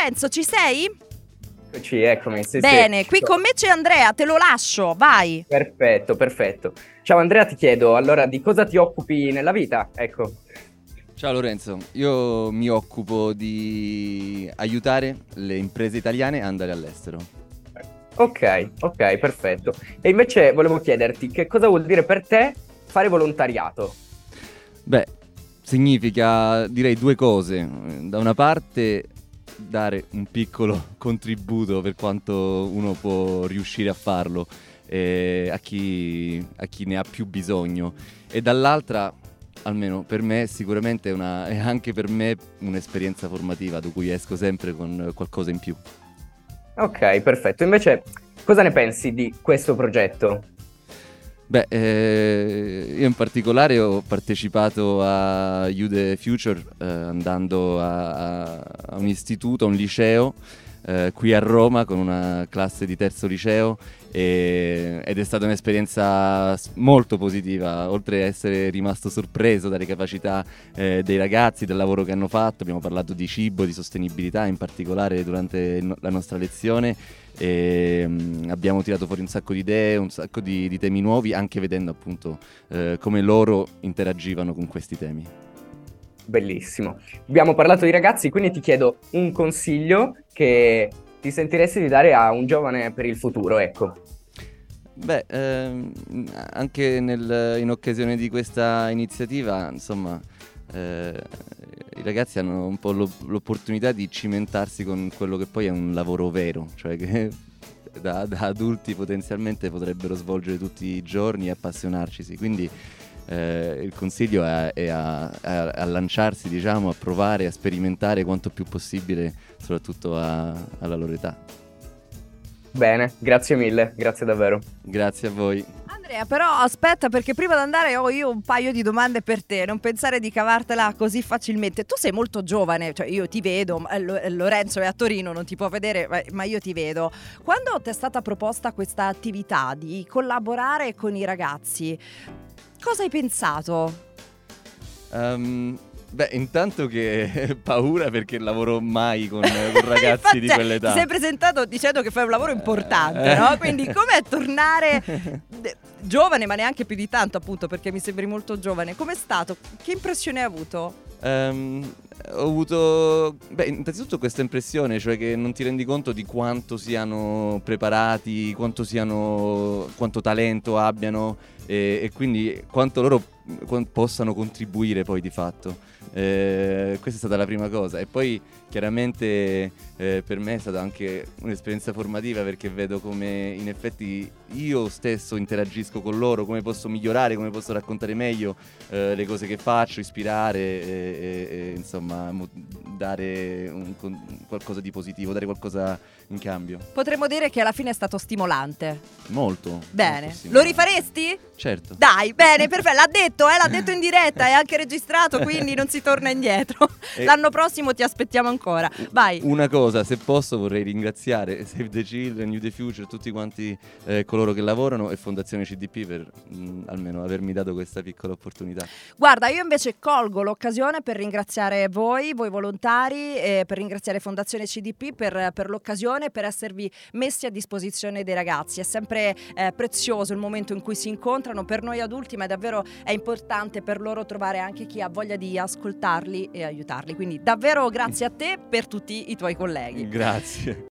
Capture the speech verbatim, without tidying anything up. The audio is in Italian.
Lorenzo, ci sei? Eccoci, eccomi. Sì, Bene, sì. qui con me c'è Andrea, te lo lascio, vai. Perfetto, perfetto. Ciao Andrea, ti chiedo allora di cosa ti occupi nella vita? Ecco. Ciao Lorenzo, io mi occupo di aiutare le imprese italiane ad andare all'estero. Ok, ok, perfetto. E invece volevo chiederti che cosa vuol dire per te fare volontariato? Beh, significa direi due cose. Da una parte dare un piccolo contributo per quanto uno può riuscire a farlo eh, a chi, a chi ne ha più bisogno, e dall'altra, almeno per me, sicuramente è, una, è anche per me un'esperienza formativa da cui esco sempre con qualcosa in più. Ok, perfetto. Invece cosa ne pensi di questo progetto? Beh, eh, io in particolare ho partecipato a Youth the Future eh, andando a, a, a un istituto, a un liceo eh, qui a Roma con una classe di terzo liceo e, ed è stata un'esperienza s- molto positiva, oltre a essere rimasto sorpreso dalle capacità eh, dei ragazzi, del lavoro che hanno fatto. Abbiamo parlato di cibo, di sostenibilità in particolare durante il no- la nostra lezione. E um, abbiamo tirato fuori un sacco di idee, un sacco di, di temi nuovi, anche vedendo appunto eh, come loro interagivano con questi temi. Bellissimo. Abbiamo parlato di ragazzi, quindi ti chiedo un consiglio che ti sentiresti di dare a un giovane per il futuro, ecco. Beh, ehm, anche nel- in occasione di questa iniziativa, insomma, eh, i ragazzi hanno un po' l'op- l'opportunità di cimentarsi con quello che poi è un lavoro vero, cioè che da, da adulti potenzialmente potrebbero svolgere tutti i giorni e appassionarcisi. Quindi eh, il consiglio è, è a, a- a lanciarsi, diciamo, a provare, a sperimentare quanto più possibile, soprattutto a- alla loro età. Bene, grazie mille, grazie davvero. Grazie a voi. Andrea, però aspetta, perché prima di andare ho io un paio di domande per te, non pensare di cavartela così facilmente. Tu sei molto giovane, cioè io ti vedo, ma Lo- Lorenzo è a Torino, non ti può vedere, ma- ma io ti vedo. Quando ti è stata proposta questa attività di collaborare con i ragazzi, cosa hai pensato? Ehm, beh, intanto che paura, perché lavoro mai con, con ragazzi Infatti, di cioè, quell'età. ti sei presentato dicendo che fai un lavoro importante, Eh. no? Quindi com'è tornare de- giovane, ma neanche più di tanto, appunto, perché mi sembri molto giovane. Com'è stato? Che impressione hai avuto? Ehm, ho avuto, beh, innanzitutto questa impressione, cioè che non ti rendi conto di quanto siano preparati, quanto siano, quanto talento abbiano e, e quindi quanto loro quan- possano contribuire poi di fatto. Eh, questa è stata la prima cosa, e poi chiaramente eh, per me è stata anche un'esperienza formativa, perché vedo come in effetti io stesso interagisco con loro, come posso migliorare, come posso raccontare meglio eh, le cose che faccio, ispirare e, e- e, insomma mo- dare un con- qualcosa di positivo, dare qualcosa in cambio. Potremmo dire che alla fine è stato stimolante. Molto. Bene. molto Lo stimolante. rifaresti? Certo. Dai, bene, perfetto. L'ha detto, eh, l'ha detto in diretta, è anche registrato, quindi non si torna indietro. E- L'anno prossimo ti aspettiamo ancora. Vai. Una cosa, se posso, vorrei ringraziare Save the Children, Youth the Future, tutti quanti eh, coloro che lavorano, e Fondazione C D P per mh, almeno avermi dato questa piccola opportunità. Guarda, io invece colgo l'occasione per ringraziare voi, voi volontari, e per ringraziare Fondazione C D P per, per l'occasione, per esservi messi a disposizione dei ragazzi. È sempre eh, prezioso il momento in cui si incontrano per noi adulti, ma è davvero è importante per loro trovare anche chi ha voglia di ascoltarli e aiutarli. Quindi davvero grazie a te per tutti i tuoi colleghi. Grazie.